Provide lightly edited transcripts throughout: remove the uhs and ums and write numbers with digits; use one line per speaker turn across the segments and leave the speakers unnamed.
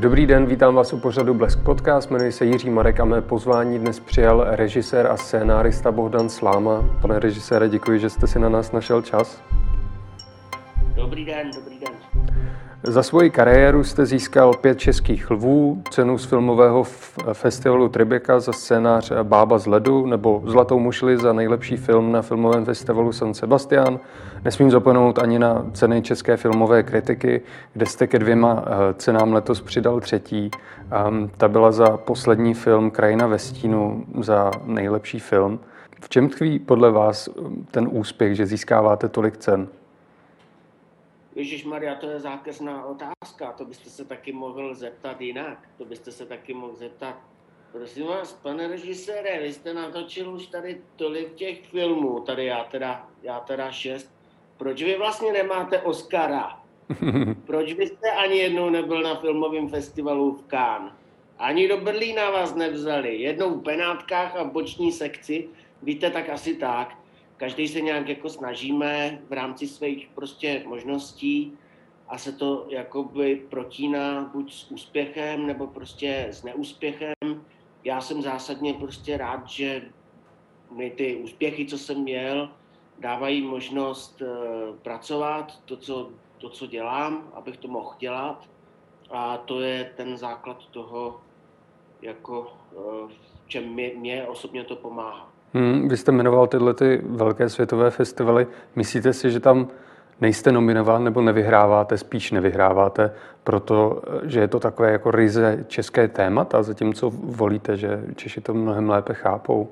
Dobrý den, vítám vás u pořadu Blesk Podcast, jmenuji se Jiří Marek a mé pozvání dnes přijal režisér a scénárista Bohdan Sláma. Pane režisére, děkuji, že jste si na nás našel čas.
Dobrý den, dobrý den.
Za svoji kariéru jste získal 5 českých lvů, cenu z filmového festivalu Tribeca za scénář Bába z ledu nebo Zlatou mušli za nejlepší film na filmovém festivalu San Sebastián. Nesmím zapomenout ani na ceny české filmové kritiky, kde jste ke 2 cenám letos přidal 3. Ta byla za poslední film Krajina ve stínu za nejlepší film. V čem tkví podle vás ten úspěch, že získáváte tolik cen?
Ježišmarja, to je zákeřná otázka, to byste se taky mohl zeptat jinak, to byste se taky mohl zeptat. Prosím vás, pane režisére, vy jste natočil už tady tolik těch filmů, tady já teda 6. Proč vy vlastně nemáte Oscara? Proč byste ani jednou nebyl na filmovém festivalu v Cannes? Ani do Berlína vás nevzali, jednou v Benátkách a v boční sekci, víte, tak asi tak. Každý se nějak jako snažíme v rámci svých prostě možností a se to jakoby protíná buď s úspěchem nebo prostě s neúspěchem. Já jsem zásadně prostě rád, že mi ty úspěchy, co jsem měl, dávají možnost pracovat, to, co dělám, abych to mohl dělat. A to je ten základ toho, jako v čem mě osobně to pomáhá.
Vy jste jmenoval tyhle ty velké světové festivaly. Myslíte si, že tam nejste nominován nebo nevyhráváte, spíš nevyhráváte, protože je to takové jako ryze české témata, zatímco volíte, že Češi to mnohem lépe chápou?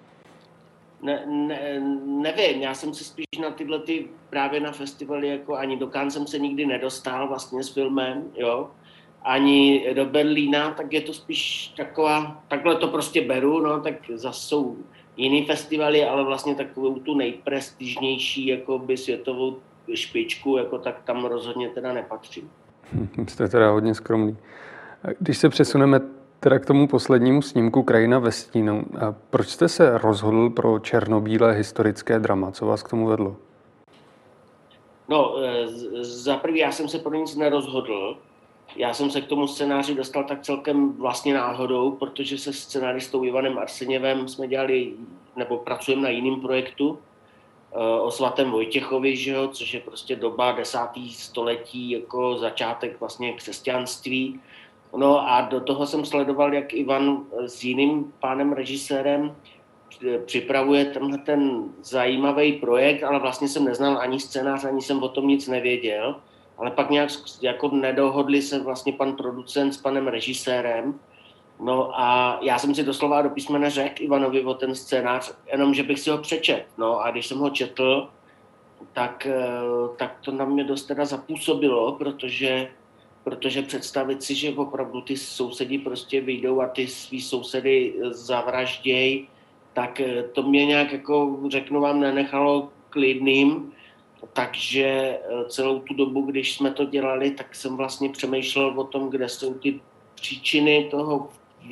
Nevím, já jsem se spíš na tyhle právě na festivaly, jako ani do Cannes jsem se nikdy nedostal vlastně s filmem, jo. Ani do Berlína, tak je to spíš taková, takhle to prostě beru, no, tak zase jsou jiný festivaly, ale vlastně takovou tu nejprestižnější jakoby světovou špičku, jako tak tam rozhodně teda nepatřím.
Jste teda hodně skromný. Když se přesuneme teda k tomu poslednímu snímku Krajina ve stínu, proč jste se rozhodl pro černobílé historické drama? Co vás k tomu vedlo?
No, za prvý já jsem se pro nic nerozhodl. Já jsem se k tomu scénáři dostal tak celkem vlastně náhodou, protože se scenáristou Ivanem Arseněvem jsme dělali, nebo pracujeme na jiném projektu o svatém Vojtěchovi, že jo, což je prostě doba 10. století, jako začátek vlastně křesťanství. No a do toho jsem sledoval, jak Ivan s jiným pánem režisérem připravuje tenhle ten zajímavý projekt, ale vlastně jsem neznal ani scénář, ani jsem o tom nic nevěděl. Ale pak nějak jako nedohodli se vlastně pan producent s panem režisérem. No a já jsem si doslova do písmene řekl Ivanovi o ten scénář, jenom že bych si ho přečet. No a když jsem ho četl, tak to na mě dost teda zapůsobilo, protože představit si, že opravdu ty sousedi prostě vyjdou a ty svý sousedy zavraždějí, tak to mě nějak jako, řeknu vám, nenechalo klidným. Takže celou tu dobu, když jsme to dělali, tak jsem vlastně přemýšlel o tom, kde jsou ty příčiny toho,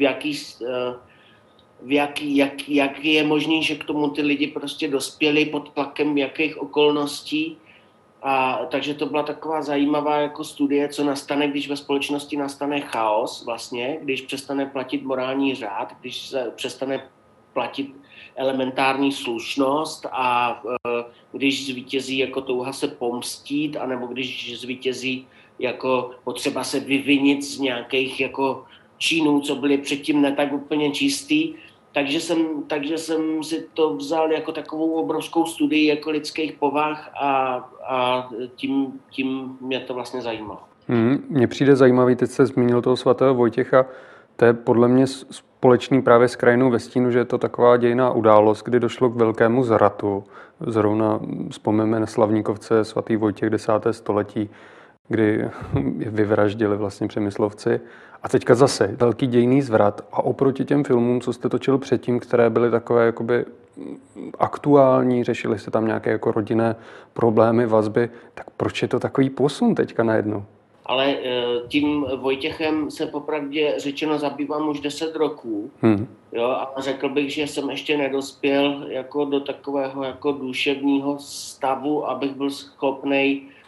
jak je možný, že k tomu ty lidi prostě dospěli pod tlakem jakých okolností. A takže to byla taková zajímavá jako studie, co nastane, když ve společnosti nastane chaos vlastně, když přestane platit morální řád, když se přestane platit elementární slušnost a když zvítězí jako touha se pomstít, anebo když zvítězí jako potřeba se vyvinit z nějakých jako činů, co byly předtím ne tak úplně čistý. Takže jsem si to vzal jako takovou obrovskou studii jako lidských povah a tím mě to vlastně zajímalo.
Mně přijde zajímavý, teď jste zmínil toho svatého Vojtěcha, to je podle mě společný právě s Krajinou ve stínu, že je to taková dějinná událost, kdy došlo k velkému zratu. Zrovna vzpomeneme na Slavníkovce svatý Vojtěch 10. století, kdy je vyvraždili vlastně přemyslovci. A teďka zase velký dějinný zvrat a oproti těm filmům, co jste točil předtím, které byly takové jakoby aktuální, řešili jste tam nějaké jako rodinné problémy, vazby, tak proč je to takový posun teďka najednou?
Ale tím Vojtěchem se popravdě řečeno zabývám už 10 roků. Jo, a řekl bych, že jsem ještě nedospěl jako do takového jako duševního stavu, abych byl schopnej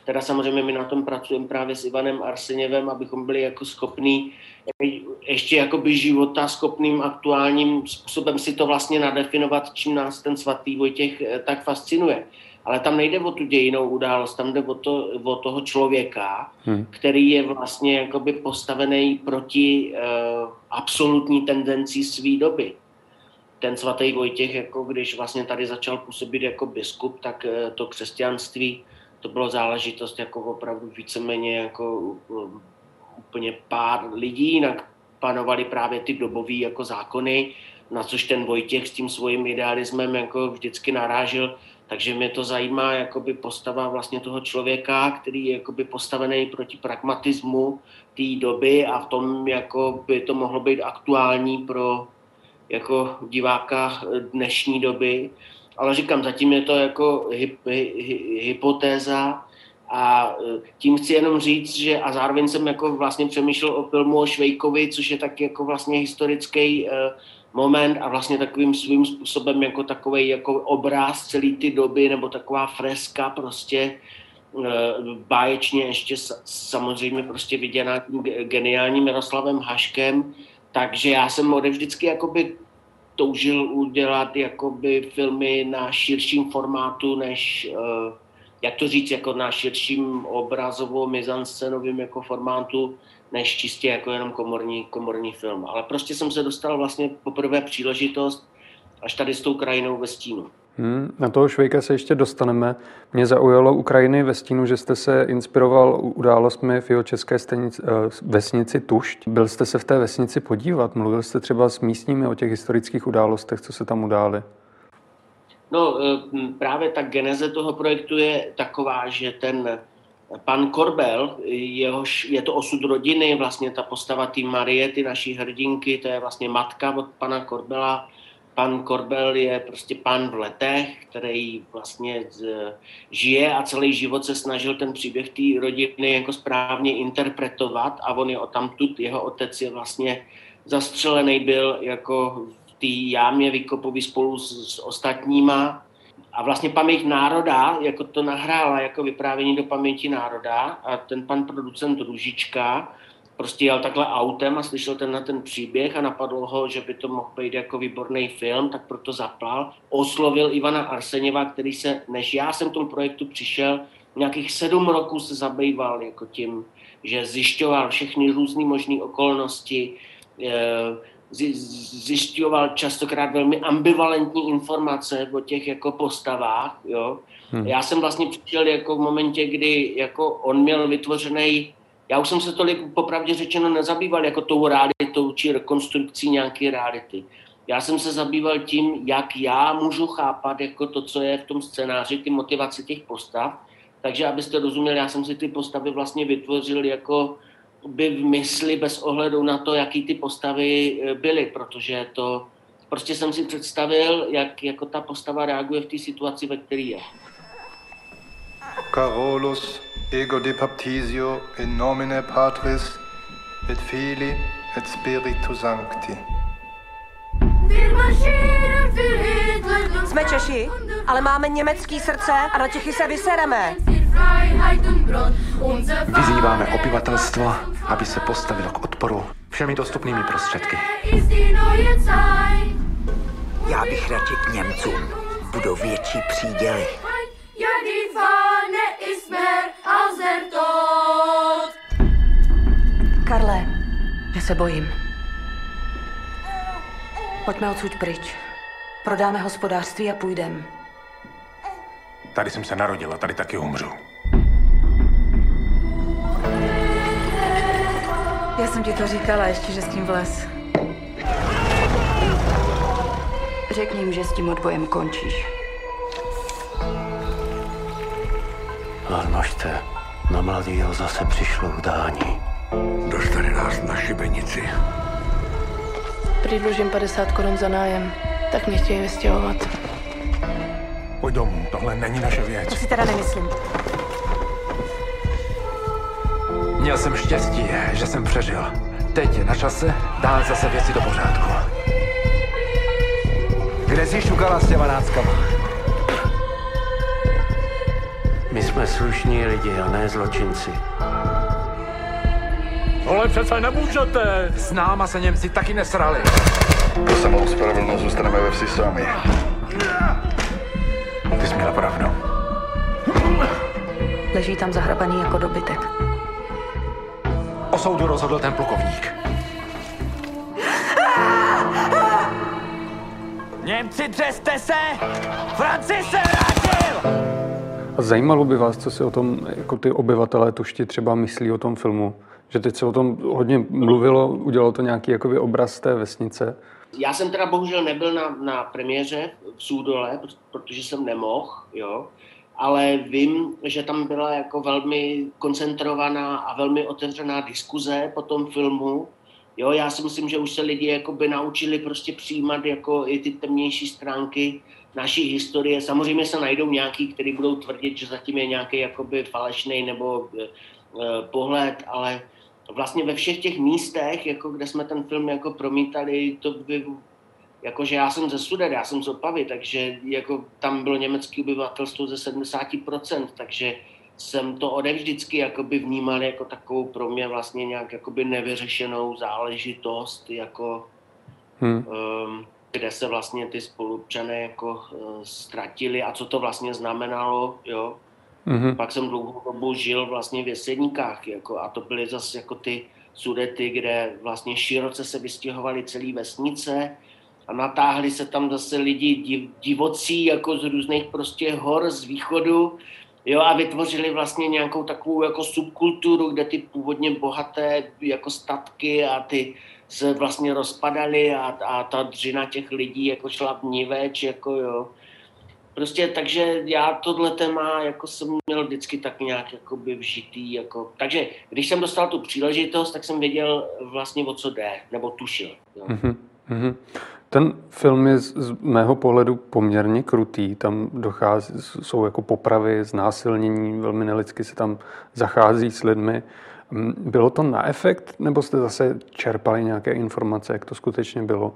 Teda samozřejmě my na tom pracujeme právě s Ivanem Arseněvem, abychom byli jako schopní ještě jakoby života schopným aktuálním způsobem si to vlastně nadefinovat, čím nás ten svatý Vojtěch tak fascinuje. Ale tam nejde o tu dějinnou událost, tam jde o toho člověka, který je vlastně jakoby postavený proti absolutní tendenci své doby. Ten svatý Vojtěch, jako když vlastně tady začal působit jako biskup, tak to křesťanství, to bylo záležitost jako opravdu víceméně jako úplně pár lidí, jinak panovaly právě ty dobový jako zákony, na což ten Vojtěch s tím svým idealismem jako vždycky narážil. Takže mě to zajímá jakoby postava vlastně toho člověka, který je jakoby postavený proti pragmatismu té doby a v tom jako by to mohlo být aktuální pro jako diváka dnešní doby. Ale říkám, zatím je to jako hypotéza a tím chci jenom říct, že a zároveň jsem jako vlastně přemýšlel o filmu o Švejkovi, což je taky jako vlastně historický moment a vlastně takovým svým způsobem jako takovej jako obraz celé ty doby nebo taková freska prostě báječně ještě samozřejmě prostě viděná tím geniálním Miroslavem Haškem, takže já jsem vždycky jakoby toužil udělat jakoby filmy na širším formátu než jak to říct, jako na širším obrazovo-mizanscenovým jako formátu, než čistě jako jenom komorní film. Ale prostě jsem se dostal vlastně poprvé příležitost až tady s tou krajinou ve stínu.
Na toho Švejka se ještě dostaneme. Mě zaujalo u krajiny ve stínu, že jste se inspiroval událostmi v jihočeské vesnici Tušť. Byl jste se v té vesnici podívat? Mluvil jste třeba s místními o těch historických událostech, co se tam udály?
No právě ta geneze toho projektu je taková, že ten pan Korbel, jehož je to osud rodiny, vlastně ta postava té Marie, ty naší hrdinky, to je vlastně matka od pana Korbela. Pan Korbel je prostě pán v letech, který vlastně žije a celý život se snažil ten příběh té rodiny jako správně interpretovat a on je odtamtud, jeho otec je vlastně zastřelený byl jako v té jámě Vykopový spolu s ostatníma a vlastně paměť národa, jako to nahrála jako vyprávění do paměti národa a ten pan producent Růžička prostě jel takhle autem a slyšel ten příběh a napadlo ho, že by to mohl být jako výborný film, tak proto zaplal. Oslovil Ivana Arseněva, který se, než já jsem k tomu projektu přišel, nějakých 7 roků se zabýval jako tím, že zjišťoval všechny různé možné okolnosti, zjišťoval častokrát velmi ambivalentní informace o těch jako postavách. Jo. Já jsem vlastně přišel jako v momentě, kdy jako on měl vytvořený. Já už jsem se tolik popravdě řečeno nezabýval jako tou realitou či rekonstrukcí nějaké reality. Já jsem se zabýval tím, jak já můžu chápat jako to, co je v tom scénáři, ty motivace těch postav. Takže abyste rozuměli, já jsem si ty postavy vlastně vytvořil jako by v mysli bez ohledu na to, jaký ty postavy byly, protože to prostě jsem si představil, jak jako ta postava reaguje v té situaci, ve které je.
Carolus ego de baptisio in nomine Patris et Filii et Spiritus Sancti.
Jsme Češi, ale máme německý srdce a na Čechy se vysereme.
Vyzýváme obyvatelstvo, aby se postavilo k odporu všemi dostupnými prostředky.
Já bych radši k Němcům. Budou větší příděly.
Karle, já se bojím. Pojďme odsud pryč. Prodáme hospodářství a půjdeme.
Tady jsem se narodil a tady taky umřu.
Já jsem ti to říkala, ještě, že s tím vlez. Řekni jim, že s tím odbojem končíš.
Arnošte, na mladýho zase přišlo udání.
Dostali nás na šibenici.
Prý dlužím 50 korun za nájem, tak mě chtějí vystěhovat.
Pojď domů, tohle není naše věc.
To si teda nemyslím.
Měl jsem štěstí, že jsem přežil. Teď je na čase dát zase věci do pořádku. Kde jsi šukala s těma náckama?
My jsme slušní lidi a ne zločinci.
Ale přece nemůžete! S náma se Němci taky nesrali.
Pro samou spravedlnost zůstaneme ve vsi sami.
Ty jsi měla pravdu.
Leží tam zahrabaný jako dobytek.
O soudu rozhodl ten plukovník. Němci, třeste se! Francis se vrátil!
A zajímalo by vás, co si o tom jako ty obyvatelé Tušti třeba myslí o tom filmu? Že teď se o tom hodně mluvilo, udělalo to nějaký jakoby obraz té vesnice?
Já jsem teda bohužel nebyl na premiéře v Súdole, protože jsem nemohl, jo. Ale vím, že tam byla jako velmi koncentrovaná a velmi otevřená diskuze po tom filmu. Jo, já si myslím, že už se lidi jakoby naučili prostě přijímat jako i ty temnější stránky naší historie. Samozřejmě se najdou nějaký, kteří budou tvrdit, že zatím je nějaký jakoby falešný nebo pohled, ale vlastně ve všech těch místech, jako kde jsme ten film jako promítali, to by, jakože já jsem ze Sudet, já jsem z Opavy, takže jako tam bylo německé obyvatelstvo ze 70%, takže jsem to odevždycky jakoby vnímal jako takovou pro mě vlastně nějak jakoby nevyřešenou záležitost, jako kde se vlastně ty spoluobčané jako ztratili a co to vlastně znamenalo, jo. Pak jsem dlouhou dobu žil vlastně v Jeseníkách, jako, a to byly zase jako ty Sudety, kde vlastně široce se vystěhovaly celé vesnice a natáhli se tam zase lidi divocí jako z různých prostě hor z východu, jo, a vytvořili vlastně nějakou takovou jako subkulturu, kde ty původně bohaté jako statky a ty se vlastně rozpadaly a ta dřina těch lidí jako šla vniveč, jako jo. Prostě takže já tohle téma jako jsem měl vždycky tak nějak jakoby vžitý, jako. Takže když jsem dostal tu příležitost, tak jsem věděl vlastně o co jde, nebo tušil. Jo.
Ten film je z mého pohledu poměrně krutý, tam jsou jako popravy, znásilnění, velmi nelidsky se tam zachází s lidmi. Bylo to na efekt, nebo jste zase čerpali nějaké informace, jak to skutečně bylo?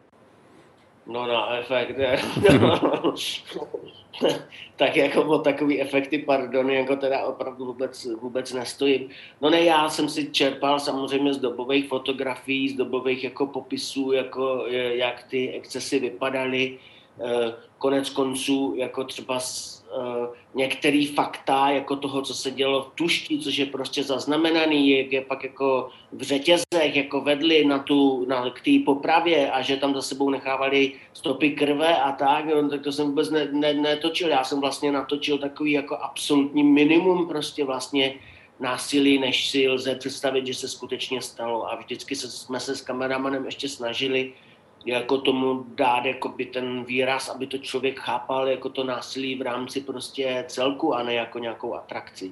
No na efekt, no. Tak jako o takový efekty, pardon, jako teda opravdu vůbec nestojím. No ne, já jsem si čerpal samozřejmě z dobových fotografií, z dobových jako popisů, jako jak ty excesy vypadaly, konec konců jako třeba některý fakta jako toho, co se dělo v Tušti, což je prostě zaznamenaný, jak je pak jako v řetězech jako vedli k té popravě a že tam za sebou nechávali stopy krve a tak, no, tak to jsem vůbec netočil. Já jsem vlastně natočil takový jako absolutní minimum prostě vlastně násilí, než si lze představit, že se skutečně stalo. A vždycky jsme se s kameramanem ještě snažili jako tomu dát jakoby ten výraz, aby to člověk chápal jako to násilí v rámci prostě celku a ne jako nějakou atrakci.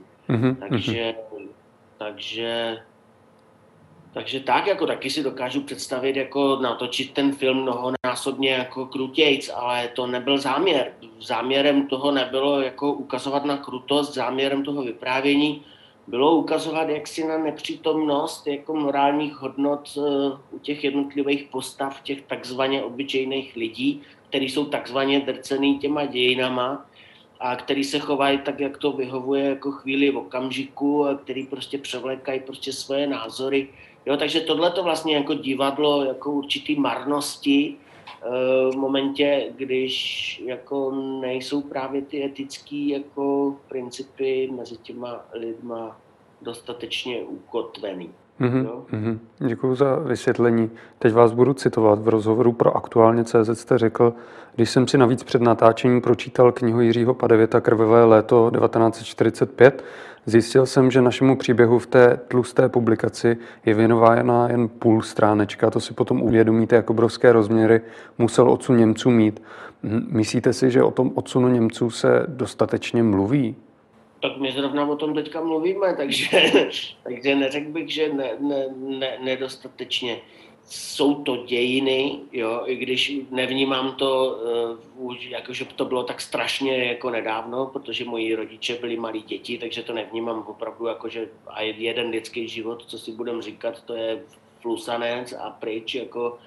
Takže tak, jako taky si dokážu představit, jako natočit ten film mnohonásobně jako krutějc, ale to nebyl záměr. Záměrem toho nebylo jako ukazovat na krutost, záměrem toho vyprávění bylo ukazovat jaksi na nepřítomnost jako morálních hodnot u těch jednotlivých postav, těch takzvaně obyčejných lidí, kteří jsou takzvaně drcený těma dějinama a který se chovají tak, jak to vyhovuje jako chvíli v okamžiku a který prostě převlékají prostě svoje názory. Jo, takže tohle to vlastně jako divadlo jako určitý marnosti v momentě, když jako nejsou právě ty etické jako principy mezi těma lidma dostatečně ukotvený.
Děkuji za vysvětlení. Teď vás budu citovat. V rozhovoru pro Aktuálně.cz jste řekl, když jsem si navíc před natáčením pročítal knihu Jiřího Padevěta Krvavé léto 1945, zjistil jsem, že našemu příběhu v té tlusté publikaci je věnována jen půl stránečka. To si potom uvědomíte, jak obrovské rozměry musel odsun Němců mít. Myslíte si, že o tom odsunu Němců se dostatečně mluví?
Tak my zrovna o tom teďka mluvíme, takže neřekl bych, že nedostatečně. Jsou to dějiny, jo, i když nevnímám to, jakože to bylo tak strašně jako nedávno, protože moji rodiče byli malí děti, takže to nevnímám opravdu jakože a jeden lidský život, co si budeme říkat, to je flusanec a pryč jako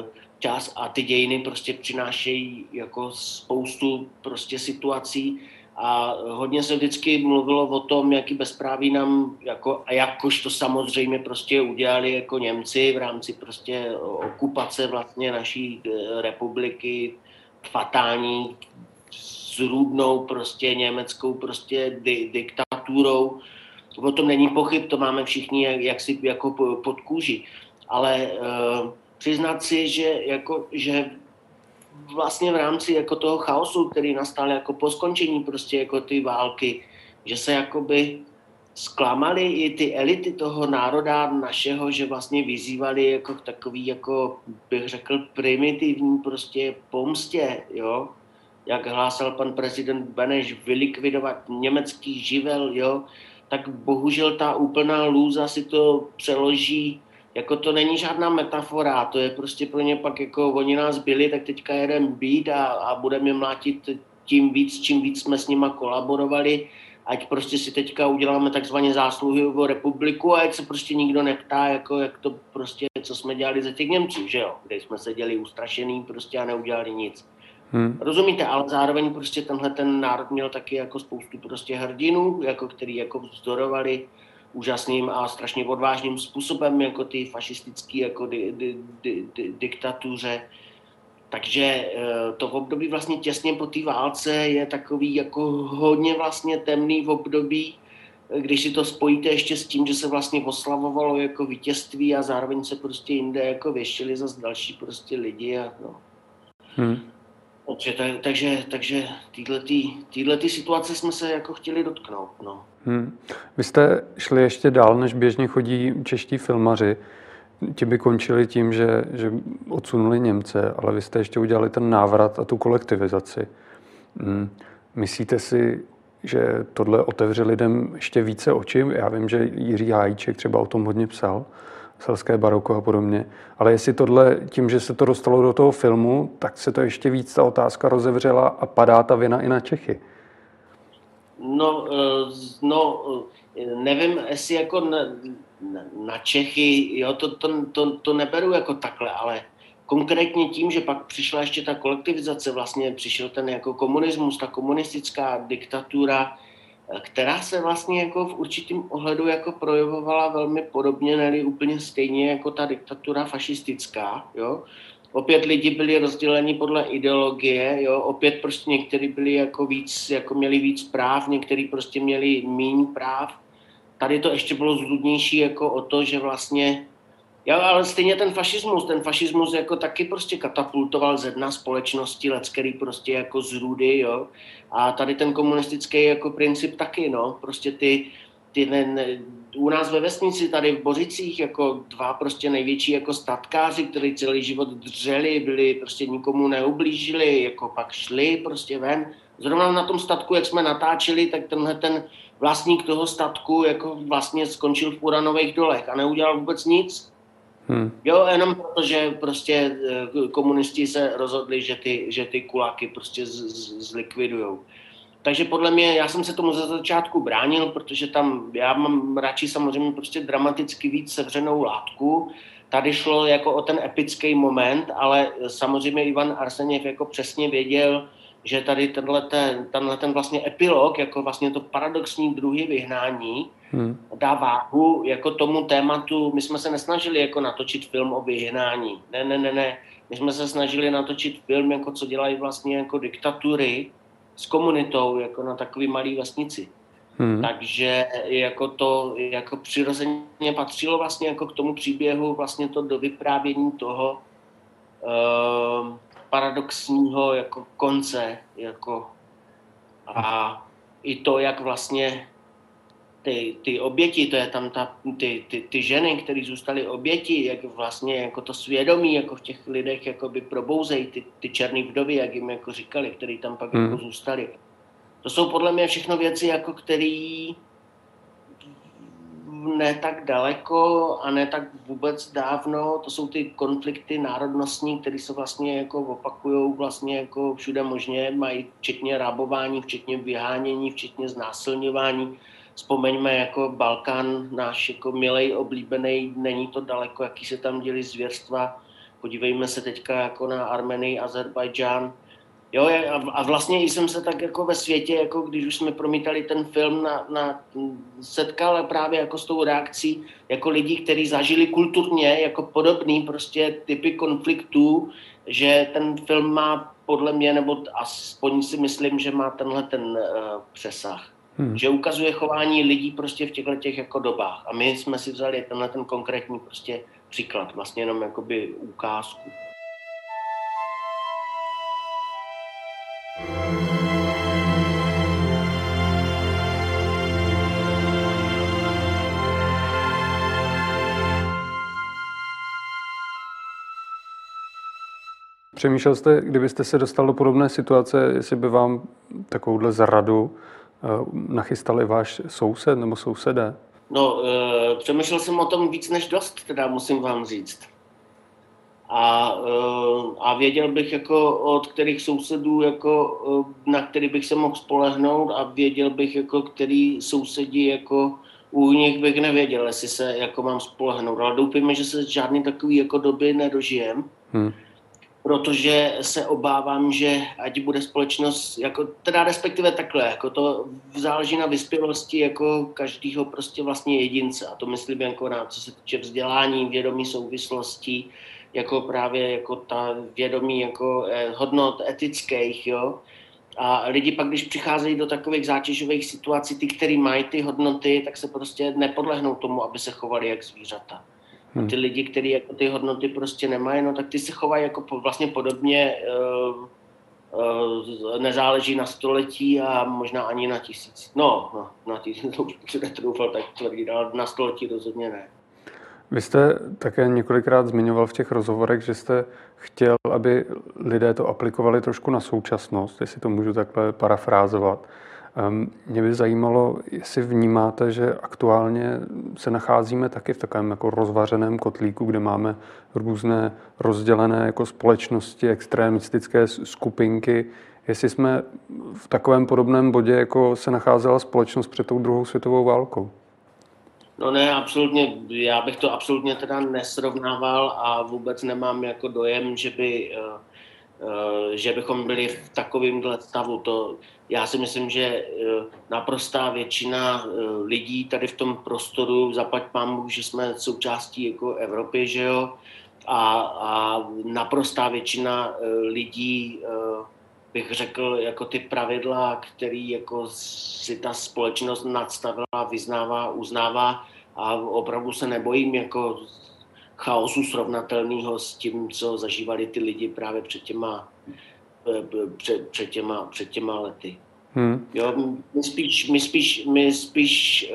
čas a ty dějiny prostě přinášejí jako spoustu prostě situací A hodně se vždycky mluvilo o tom, jaký bezpráví nám, jako, a jakož to samozřejmě prostě udělali jako Němci v rámci prostě okupace vlastně naší republiky, fatální, zrůdnou prostě německou prostě diktaturou. O tom není pochyb, to máme všichni jaksi jako pod kůži. Ale přiznat si, že vlastně v rámci jako toho chaosu, který nastal jako po skončení prostě jako ty války, že se jakoby zklamaly i ty elity toho národa našeho, že vlastně vyzývali jako k takový, jako bych řekl, primitivní prostě pomstě, jo. Jak hlásal pan prezident Beneš, vylikvidovat německý živel, jo, tak bohužel ta úplná lůza si to přeloží, jako to není žádná metafora, to je prostě pro ně pak jako oni nás byli, tak teďka jedem být a budeme je mlátit tím víc, čím víc jsme s nima kolaborovali, ať prostě si teďka uděláme takzvaně zásluhy o republiku a ať se prostě nikdo neptá, jako jak to prostě, co jsme dělali za těch Němců, že jo, kde jsme seděli ustrašený prostě a neudělali nic. Rozumíte, ale zároveň prostě tenhle ten národ měl taky jako spoustu prostě hrdinů, jako který jako vzdorovali úžasným a strašně odvážným způsobem jako ty fašistické jako diktatuře. Takže to v období vlastně těsně po té válce je takový jako hodně vlastně temný v období, když si to spojíte ještě s tím, že se vlastně oslavovalo jako vítězství a zároveň se prostě jinde jako věšili zase další prostě lidi a no. Takže této situace jsme se jako chtěli dotknout. No.
Vy jste šli ještě dál, než běžně chodí čeští filmaři. Ti by končili tím, že odsunuli Němce, ale vy jste ještě udělali ten návrat a tu kolektivizaci. Myslíte si, že tohle otevře lidem ještě více oči? Já vím, že Jiří Hájíček třeba o tom hodně psal, Selské baroko a podobně. Ale jestli tohle, tím, že se to dostalo do toho filmu, tak se to ještě víc ta otázka rozevřela a padá ta vina i na Čechy.
Nevím, jestli jako na Čechy, jo, to neberu jako takhle, ale konkrétně tím, že pak přišla ještě ta kolektivizace, vlastně přišel ten jako komunismus, ta komunistická diktatura, která se vlastně jako v určitém ohledu jako projevovala velmi podobně, ne úplně stejně jako ta diktatura fašistická, jo. Opět lidi byli rozděleni podle ideologie, jo, opět prostě někteří byli jako víc, jako měli víc práv, někteří prostě měli míň práv. Tady to ještě bylo zrůdnější jako o to, že vlastně, jo, ale stejně ten fašismus jako taky prostě katapultoval ze dna společnosti, lecký prostě jako zrůdy, jo. A tady ten komunistický jako princip taky, no, prostě u nás ve vesnici tady v Bořicích jako dva prostě největší jako statkáři, kteří celý život dřeli, byli prostě nikomu neublížili, jako pak šli prostě ven. Zrovna na tom statku, jak jsme natáčeli, tak tenhle ten vlastník toho statku jako vlastně skončil v uranových dolech a neudělal vůbec nic. Jo, jenom proto, že prostě komunisti se rozhodli, že ty kuláky prostě zlikvidujou. Takže podle mě, já jsem se tomu za začátku bránil, protože tam já mám radši samozřejmě prostě dramaticky víc sevřenou látku. Tady šlo jako o ten epický moment, ale samozřejmě Ivan Arseněv jako přesně věděl, že tady tenhle ten vlastně epilog, jako vlastně to paradoxní druhý vyhnání, dá váhu jako tomu tématu. My jsme se nesnažili jako natočit film o vyhnání. Ne. My jsme se snažili natočit film, jako co dělají vlastně jako diktatury s komunitou, jako na takový malý vesnici. Takže jako to jako přirozeně patřilo vlastně jako k tomu příběhu vlastně to do vyprávění toho paradoxního jako konce jako a i to, jak vlastně ty oběti, to je tam ty ženy, které zůstaly oběti, jak vlastně jako to svědomí jako v těch lidech jakoby probouzejí ty černý vdovy, jak jim jako říkali, který tam pak jako zůstali. To jsou podle mě všechno věci, jako který ne tak daleko a ne tak vůbec dávno, to jsou ty konflikty národnostní, které se vlastně jako opakujou vlastně jako všude možně, mají včetně rabování, včetně vyhánění, včetně znásilňování. Vzpomeňme jako Balkán, náš jako milej, oblíbený, není to daleko, jaký se tam děli zvěrstva. Podívejme se teďka jako na Armenii, Azerbajdžán. Jo, a vlastně jsem se tak jako ve světě, jako když už jsme promítali ten film, setkal právě jako s tou reakcí jako lidí, kteří zažili kulturně jako podobný prostě typy konfliktů, že ten film má podle mě, nebo aspoň si myslím, že má tenhle ten přesah. Že ukazuje chování lidí prostě v těchto těch jako dobách. A my jsme si vzali tenhle ten konkrétní prostě příklad, vlastně jenom jakoby ukázku.
Přemýšlel jste, kdybyste se dostal do podobné situace, jestli by vám takovouhle zradu nachystal i váš soused nebo sousedé?
No, přemýšlel jsem o tom víc než dost, teda musím vám říct. A věděl bych, jako od kterých sousedů, jako, na který bych se mohl spolehnout, a věděl bych, jako, který sousedí, jako, u nich bych nevěděl, jestli se jako mám spolehnout. Ale doufejme, že se žádný takový jako doby nedožijem. Protože se obávám, že ať bude společnost, jako, teda respektive takhle, jako to záleží na vyspělosti jako každého prostě vlastně jedince. A to myslím jako na co se týče vzdělání, vědomí souvislostí, jako právě jako ta vědomí jako hodnot etických, jo. A lidi pak, když přicházejí do takových zátěžových situací, ty, kteří mají ty hodnoty, tak se prostě nepodlehnou tomu, aby se chovali jak zvířata. A ty lidi, kteří jako ty hodnoty prostě nemají, no tak ty se chovají jako vlastně podobně, nezáleží na století a možná ani na tisíc. Na tisíc, to už si netroufal tak tvrdit, ale na století rozhodně ne.
Vy jste také několikrát zmiňoval v těch rozhovorech, že jste chtěl, aby lidé to aplikovali trošku na současnost, jestli to můžu takhle parafrázovat. Mě by zajímalo, jestli vnímáte, že aktuálně se nacházíme taky v takovém jako rozvařeném kotlíku, kde máme různé rozdělené jako společnosti, extremistické skupinky. Jestli jsme v takovém podobném bodě, jako se nacházela společnost před tou druhou světovou válkou.
No ne, absolutně, já bych to absolutně teda nesrovnával a vůbec nemám jako dojem, že bychom byli v takovémhle stavu. Já si myslím, že naprostá většina lidí tady v tom prostoru, zaplať pánbůh, že jsme součástí jako Evropy, že jo, a naprostá většina lidí, bych řekl, jako ty pravidla, který jako si ta společnost nadstavila, vyznává, uznává, a opravdu se nebojím jako chaosu srovnatelného s tím, co zažívali ty lidi právě před těma lety. Jo, my spíš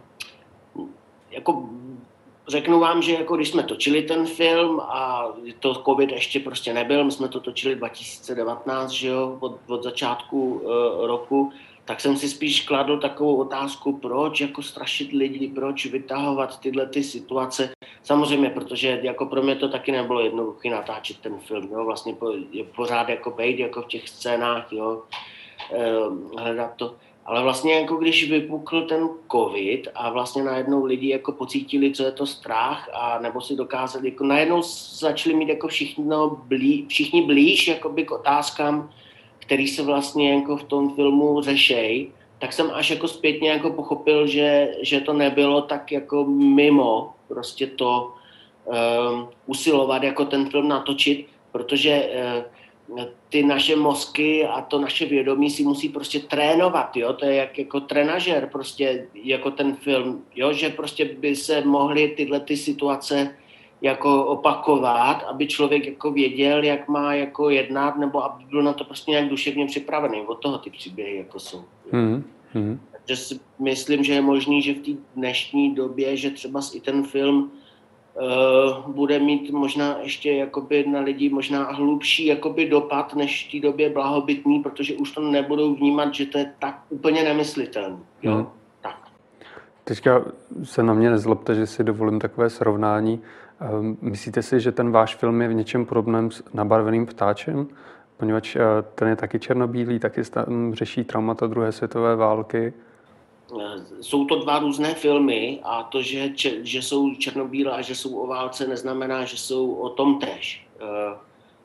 jako řeknu vám, že jako když jsme točili ten film a to covid ještě prostě nebyl, my jsme to točili 2019, že jo, od začátku roku, tak jsem si spíš kladl takovou otázku, proč jako strašit lidi, proč vytahovat tyhle ty situace. Samozřejmě, protože jako pro mě to taky nebylo jednoduché natáčet ten film, jo, vlastně pořád jako bejt jako v těch scénách, jo, hledat to. Ale vlastně jako když vypukl ten covid a vlastně najednou lidi jako pocítili, co je to strach, a nebo si dokázali, jako najednou začali mít jako všichni blíž jakoby k otázkám, který se vlastně jako v tom filmu řešejí, tak jsem až jako zpětně jako pochopil, že to nebylo tak jako mimo prostě to usilovat jako ten film natočit, protože ty naše mozky a to naše vědomí si musí prostě trénovat, jo, to je jako trenažer prostě jako ten film, jo, že prostě by se mohly tyhle ty situace jako opakovat, aby člověk jako věděl, jak má jako jednat, nebo aby byl na to prostě nějak duševně připravený. Od toho ty příběhy jako jsou. Takže si myslím, že je možný, že v té dnešní době, že třeba i ten film bude mít možná ještě jakoby na lidi možná hlubší jakoby dopad než v té době blahobytný, protože už to nebudou vnímat, že to je tak úplně nemyslitelné. Jo? Tak.
Teďka se na mě nezlobte, že si dovolím takové srovnání. Myslíte si, že ten váš film je v něčem podobném s Nabarveným ptáčem? Poněvadž ten je taky černobílý, taky tam řeší traumata druhé světové války.
Jsou to dva různé filmy a to, že jsou černobílé a že jsou o válce, neznamená, že jsou o tom též.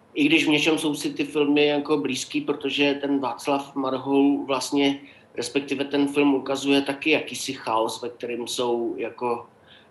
i když v něčem jsou si ty filmy jako blízký, protože ten Václav Marhoul vlastně, respektive ten film ukazuje taky jakýsi chaos, ve kterém jsou jako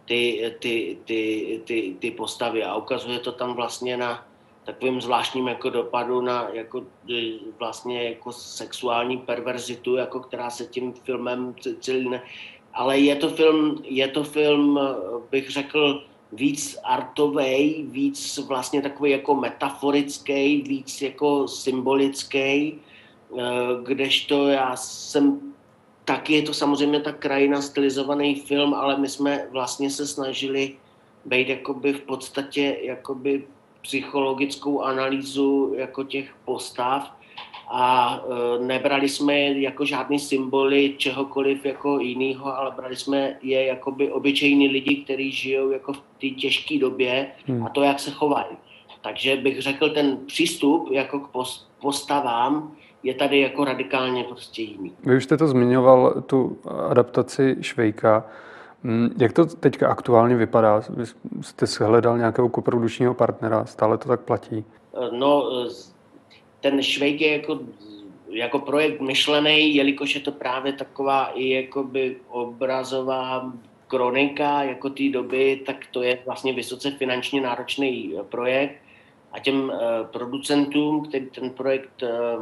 ty postavy a ukazuje to tam vlastně na takovým zvláštním jako dopadu na jako vlastně jako sexuální perverzitu, jako která se tím filmem celý ale je to film, bych řekl, víc artovej, víc vlastně takový jako metaforický, víc jako symbolický, kdežto taky je to samozřejmě ta krajina stylizovaný film, ale my jsme vlastně se snažili být jakoby v podstatě jakoby psychologickou analýzu jako těch postav a nebrali jsme je jako žádný symboly čehokoliv jako jinýho, ale brali jsme je jakoby obyčejní lidi, kteří žijou jako v té těžké době a to, jak se chovají. Takže bych řekl, ten přístup jako k postavám je tady jako radikálně prostě jiný.
Vy už jste to zmiňoval, tu adaptaci Švejka. Jak to teďka aktuálně vypadá? Vy jste hledal nějakého koprodukčního partnera, stále to tak platí?
No, ten Švejk je jako projekt myšlený, jelikož je to právě taková i jakoby obrazová kronika jako té doby, tak to je vlastně vysoce finančně náročný projekt a těm producentům, který ten projekt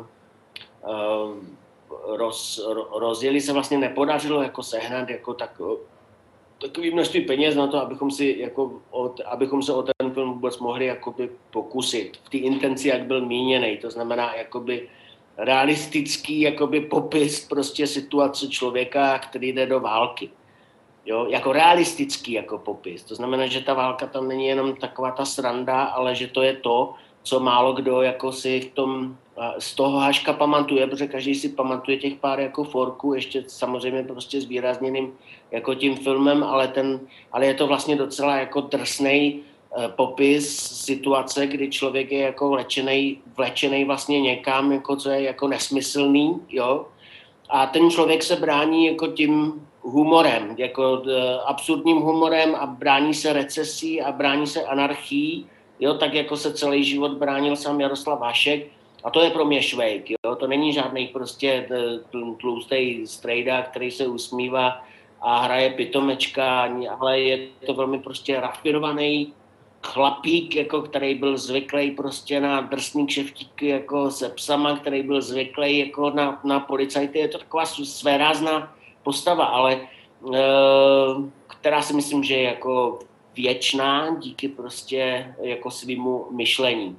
rozjeli, se vlastně nepodařilo jako sehnat jako takový množství peněz na to, abychom se o ten film vůbec mohli jakoby pokusit v té intenci, jak byl míněný. To znamená jakoby realistický jakoby popis prostě situace člověka, který jde do války. Jo? Jako realistický jako popis. To znamená, že ta válka tam není jenom taková ta sranda, ale že to je to, co málo kdo jako si z toho Haška pamatuje, protože každý si pamatuje těch pár jako forků, ještě samozřejmě prostě s výrazněným jako tím filmem, ale je to vlastně docela jako drsnej popis situace, kdy člověk je jako vlečenej vlastně někam, jako co je jako nesmyslný, jo. A ten člověk se brání jako tím humorem, jako absurdním humorem a brání se recesí a brání se anarchií, jo, tak jako se celý život bránil sám Jaroslav Hašek. A to je pro mě Švejk, jo? To není žádný prostě tlustý strejda, který se usmívá a hraje pitomečka, ale je to velmi prostě rafinovaný chlapík, jako, který byl zvyklý prostě na drsný kšeftíky jako se psama, který byl zvyklý jako na policajty. Je to taková svérázná postava, ale která si myslím, že je jako věčná díky prostě jako svýmu myšlení.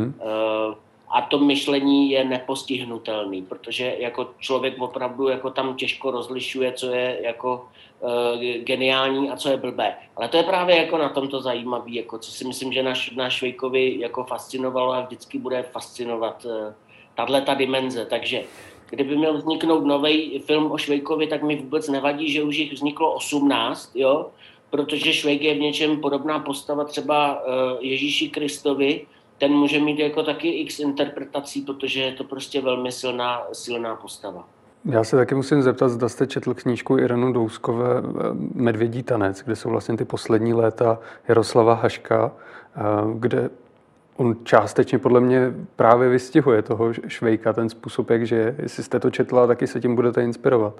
A to myšlení je nepostihnutelný, protože jako člověk opravdu jako tam těžko rozlišuje, co je jako geniální a co je blbé. Ale to je právě jako na tomto zajímavý, jako co si myslím, že na Švejkovi jako fascinovalo a vždycky bude fascinovat tato dimenze. Takže kdyby měl vzniknout nový film o Švejkovi, tak mi vůbec nevadí, že už jich vzniklo 18, jo? Protože Švejk je v něčem podobná postava třeba Ježíši Kristovi. Ten může mít jako taky x interpretací, protože je to prostě velmi silná postava.
Já se taky musím zeptat, zda jste četl knížku Ireny Douskové Medvědí tanec, kde jsou vlastně ty poslední léta Jaroslava Haška, kde on částečně podle mě právě vystihuje toho Švejka, ten způsob, jak žije. Jestli jste to četla, taky se tím budete inspirovat.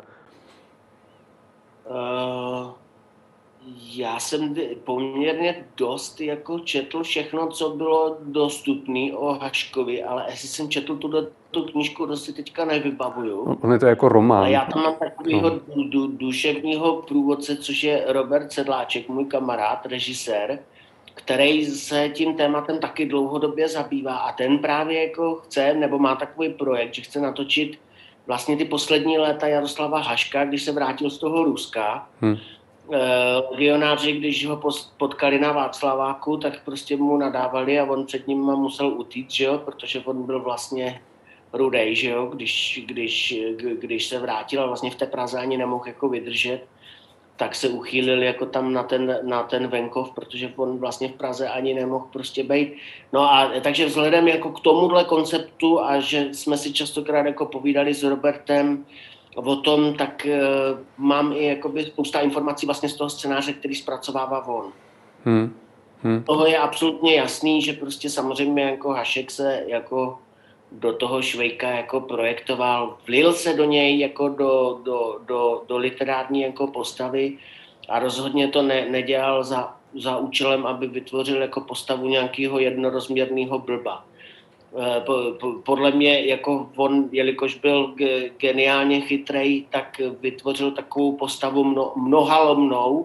Já jsem poměrně dost jako četl všechno, co bylo dostupné o Haškovi, ale jestli jsem četl tu knížku, to si teďka nevybavuju.
On je to jako román.
Ale já tam mám takového duševního průvodce, což je Robert Sedláček, můj kamarád, režisér, který se tím tématem taky dlouhodobě zabývá a ten právě jako chce, nebo má takový projekt, že chce natočit vlastně ty poslední léta Jaroslava Haška, když se vrátil z toho Ruska. Legionáři, když ho potkali na Václaváku, tak prostě mu nadávali a on před ním musel utíct, že jo? Protože on byl vlastně rudej, že jo? Když se vrátil a vlastně v té Praze ani nemohl jako vydržet, tak se uchýlil jako tam na ten venkov, protože on vlastně v Praze ani nemohl prostě být. No a takže vzhledem jako k tomuhle konceptu a že jsme si častokrát jako povídali s Robertem o tom, tak mám i jakoby spousta informací vlastně z toho scénáře, který zpracovává on. Toho je absolutně jasný, že prostě samozřejmě jako Hašek se jako do toho Švejka jako projektoval, vlil se do něj jako do literární jako postavy a rozhodně to nedělal za účelem, aby vytvořil jako postavu nějakého jednorozměrného blba. Podle mě, jako on, jelikož byl geniálně chytrej, tak vytvořil takovou postavu mnohalomnou,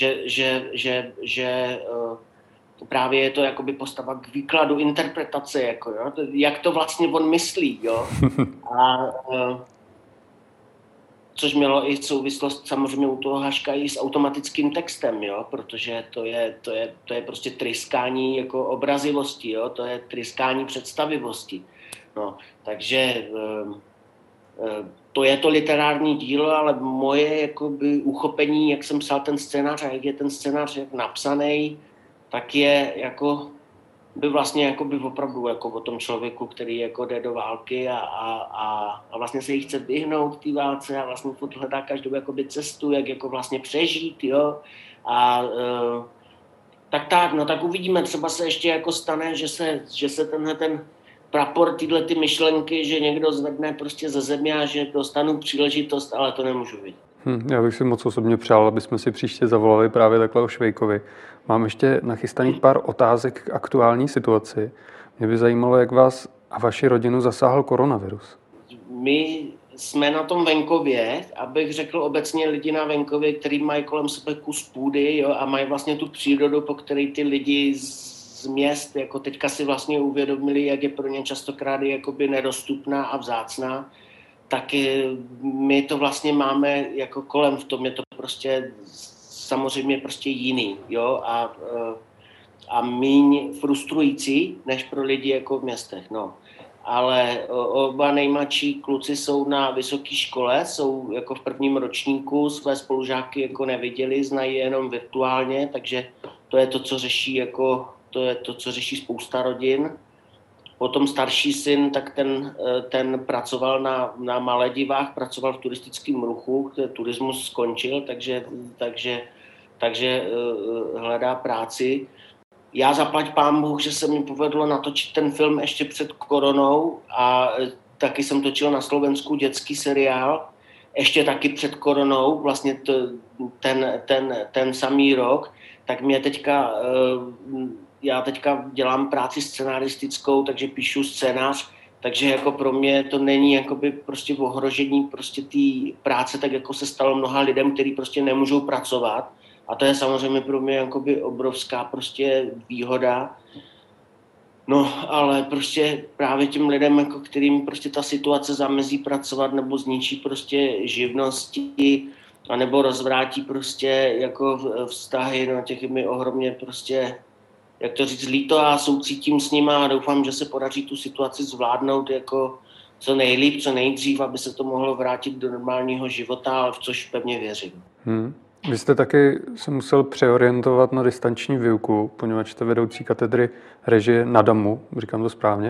že právě je to jakoby postava k výkladu, interpretace, jako, jo? Jak to vlastně on myslí, jo? A což mělo i souvislost samozřejmě u toho Haška i s automatickým textem, jo? Protože to je prostě tryskání jako obrazivosti, jo? To je tryskání představivosti. No, takže to je to literární dílo, ale moje jakoby uchopení, jak jsem psal ten scénář a jak je ten scénář jak napsaný, tak je jako by vlastně jako by opravdu jako o tom člověku, který jako jde do války a vlastně se jí chce vyhnout té válce a vlastně hledá každou jakoby cestu, jak jako vlastně přežít, jo. A tak uvidíme, třeba se ještě jako stane, že se tenhle ten prapor, tyhle ty myšlenky, že někdo zvedne prostě ze země a že dostanu příležitost, ale to nemůžu vidět.
Já bych si moc osobně přál, aby jsme si příště zavolali právě takhle o Švejkovi. Mám ještě nachystaných pár otázek k aktuální situaci. Mě by zajímalo, jak vás a vaši rodinu zasáhl koronavirus.
My jsme na tom venkově, abych řekl obecně lidi na venkově, kteří mají kolem sebe kus půdy, jo, a mají vlastně tu přírodu, po které ty lidi z měst jako teďka si vlastně uvědomili, jak je pro ně častokrát jakoby nedostupná a vzácná, tak my to vlastně máme jako kolem, v tom je to prostě samozřejmě prostě jiný, jo, a míň frustrující, než pro lidi jako v městech, no. Ale oba nejmladší kluci jsou na vysoké škole, jsou jako v prvním ročníku, své spolužáky jako neviděli, znají jenom virtuálně, takže to je to, co řeší jako, to je to, co řeší spousta rodin. Potom starší syn, tak ten pracoval na Maledivách, pracoval v turistickém ruchu, turismus skončil, takže hledá práci. Já zaplať pán Bůh, že se mi povedlo natočit ten film ještě před koronou a taky jsem točil na Slovensku dětský seriál, ještě taky před koronou, vlastně ten samý rok, tak mě teďka... Já teďka dělám práci scenaristickou, takže píšu scénář, takže jako pro mě to není jakoby prostě v ohrožení prostě té práce, tak jako se stalo mnoha lidem, kteří prostě nemůžou pracovat. A to je samozřejmě pro mě jakoby obrovská prostě výhoda. No, ale prostě právě těm lidem, jako kterým prostě ta situace zamezí pracovat nebo zničí prostě živnosti, anebo rozvrátí prostě jako vztahy, no těch mi ohromně prostě, jak to říct, líto a soucítím s nima a doufám, že se podaří tu situaci zvládnout jako co nejlíp, co nejdřív, aby se to mohlo vrátit do normálního života, ale v což pevně věřím.
Vy jste taky se musel přeorientovat na distanční výuku, poněvadž jste vedoucí katedry režie na DAMu, říkám to správně?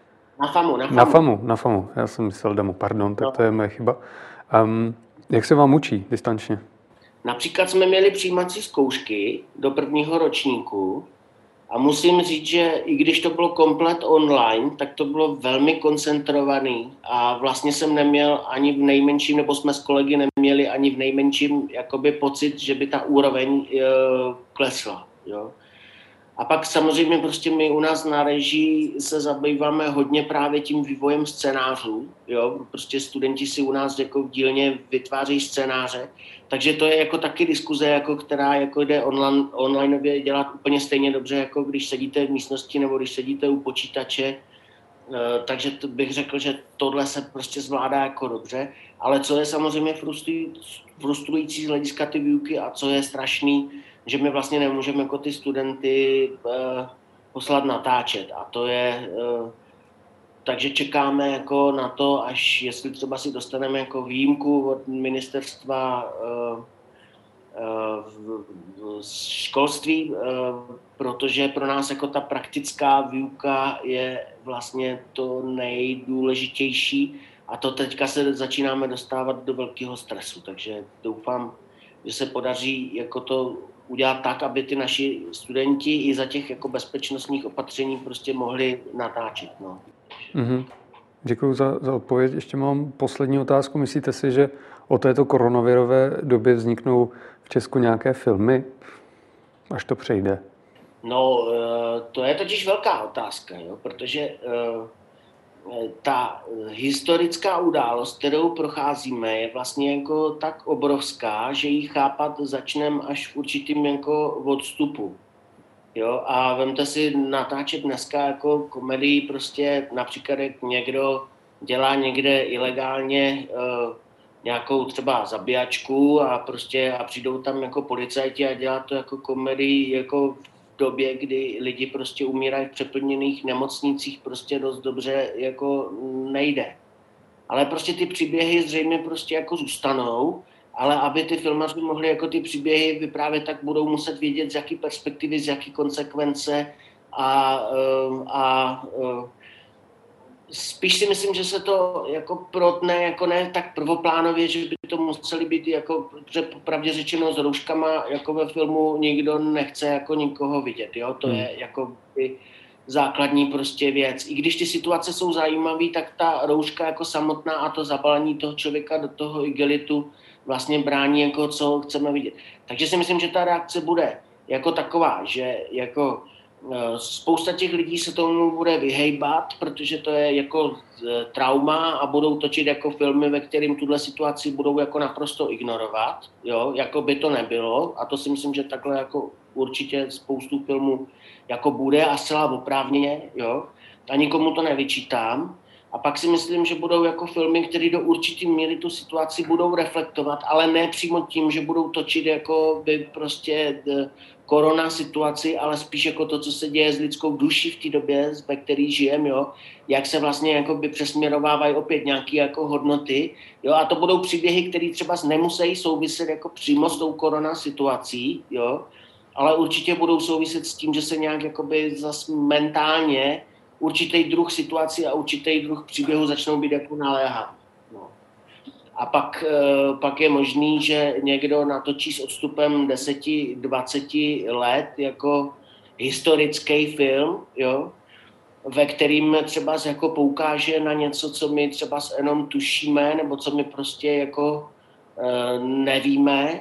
Na FAMu. Já jsem myslel DAMu, pardon, tak to je moje chyba. Jak se vám učí distančně?
Například jsme měli přijímací zkoušky do prvního ročníku a musím říct, že i když to bylo komplet online, tak to bylo velmi koncentrovaný a vlastně jsem neměl ani v nejmenším, nebo jsme s kolegy neměli ani v nejmenším jakoby pocit, že by ta úroveň klesla. Jo. A pak samozřejmě prostě my u nás na režii se zabýváme hodně právě tím vývojem scénářů. Jo. Prostě studenti si u nás jako v dílně vytvářejí scénáře. Takže to je jako taky diskuze, jako, která jako jde online dělat úplně stejně dobře, jako když sedíte v místnosti nebo když sedíte u počítače. Takže bych řekl, že tohle se prostě zvládá jako dobře. Ale co je samozřejmě frustrující z hlediska ty výuky a co je strašný, že my vlastně nemůžeme jako ty studenty poslat natáčet. A to je... Takže čekáme jako na to, až jestli třeba si dostaneme jako výjimku od ministerstva školství, protože pro nás jako ta praktická výuka je vlastně to nejdůležitější a to teďka se začínáme dostávat do velkého stresu, takže doufám, že se podaří jako to udělat tak, aby ty naši studenti i za těch jako bezpečnostních opatření prostě mohli natáčet. No.
Mm-hmm. Děkuji za odpověď. Ještě mám poslední otázku. Myslíte si, že o této koronavirové době vzniknou v Česku nějaké filmy, až to přejde?
No, to je totiž velká otázka, jo? Protože ta historická událost, kterou procházíme, je vlastně jako tak obrovská, že ji chápat začneme až v určitým jako odstupu. Jo? A vemte si natáčet dneska jako komedii, prostě například jak někdo dělá někde ilegálně nějakou třeba zabíjačku a přijdou tam jako policajti a dělá to jako komedii jako v době, kdy lidi prostě umírají v přeplněných nemocnicích, prostě dost dobře jako nejde. Ale prostě ty příběhy zřejmě prostě jako zůstanou, ale aby ty filmaři mohli jako ty příběhy vyprávět, tak budou muset vědět, z jaký perspektivy, z jaký konsekvence a spíš si myslím, že se to jako protne jako ne tak prvoplánově, že by to museli být jako, pravdě řečeno s rouškama, jako ve filmu nikdo nechce jako nikoho vidět, jo, to je jako základní prostě věc. I když ty situace jsou zajímavé, tak ta rouška jako samotná a to zabalení toho člověka do toho igelitu vlastně brání jako co chceme vidět. Takže si myslím, že ta reakce bude jako taková, že jako spousta těch lidí se tomu bude vyhejbat, protože to je jako trauma a budou točit jako filmy, ve kterým tuhle situaci budou jako naprosto ignorovat, jo, jako by to nebylo, a to si myslím, že takhle jako určitě spoustu filmů jako bude a zcela oprávněně, jo, a nikomu to nevyčítám. A pak si myslím, že budou jako filmy, které do určitý míry tu situaci budou reflektovat, ale ne přímo tím, že budou točit jako by prostě korona situaci, ale spíš jako to, co se děje s lidskou duší v té době, ve které žijeme, jo, jak se vlastně jako by přesměrovávají opět nějaké jako hodnoty, jo, a to budou příběhy, které třeba nemusí souviset jako přímo s tou korona situací, jo, ale určitě budou souviset s tím, že se nějak jakoby zas mentálně určitý druh situací a určitý druh příběhu začnou být jako naléhavý. No. A pak je možný, že někdo natočí s odstupem 10-20 let jako historický film, jo, ve kterým třeba jako poukáže na něco, co my třeba jenom tušíme, nebo co my prostě jako nevíme,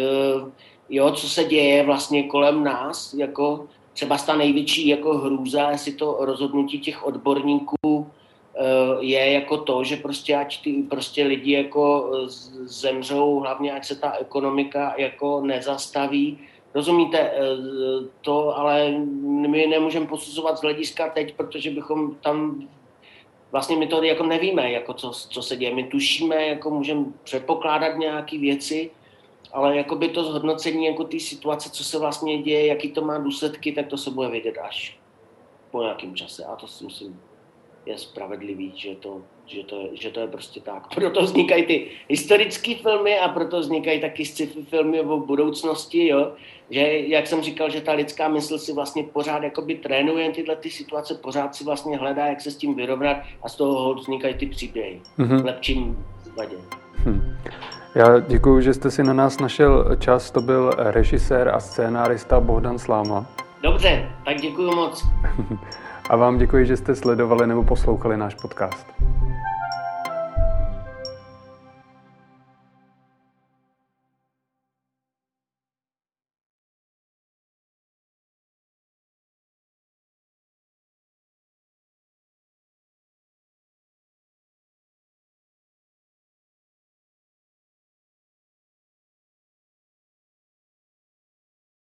jo, co se děje vlastně kolem nás, jako třeba ta největší jako hrůza, jestli to rozhodnutí těch odborníků je jako to, že prostě ať ty prostě lidi jako zemřou, hlavně ať se ta ekonomika jako nezastaví. Rozumíte, to ale my nemůžeme posuzovat z hlediska teď, protože bychom tam vlastně my to jako nevíme, jako co se děje. My tušíme, jako můžeme předpokládat nějaké věci, ale jakoby to zhodnocení jako té situace, co se vlastně děje, jaký to má důsledky, tak to se bude vědět až po nějakém čase. A to si myslím je spravedlivý, že to je prostě tak. Proto vznikají ty historické filmy a proto vznikají taky sci-fi filmy o budoucnosti, jo? Že, jak jsem říkal, že ta lidská mysl si vlastně pořád jakoby trénuje tyhle ty situace, pořád si vlastně hledá, jak se s tím vyrovnat a z toho vznikají ty příběhy. V lepším případě.
Já děkuji, že jste si na nás našel čas. To byl režisér a scénárista Bohdan Sláma.
Dobře, tak děkuji moc.
A vám děkuji, že jste sledovali nebo poslouchali náš podcast.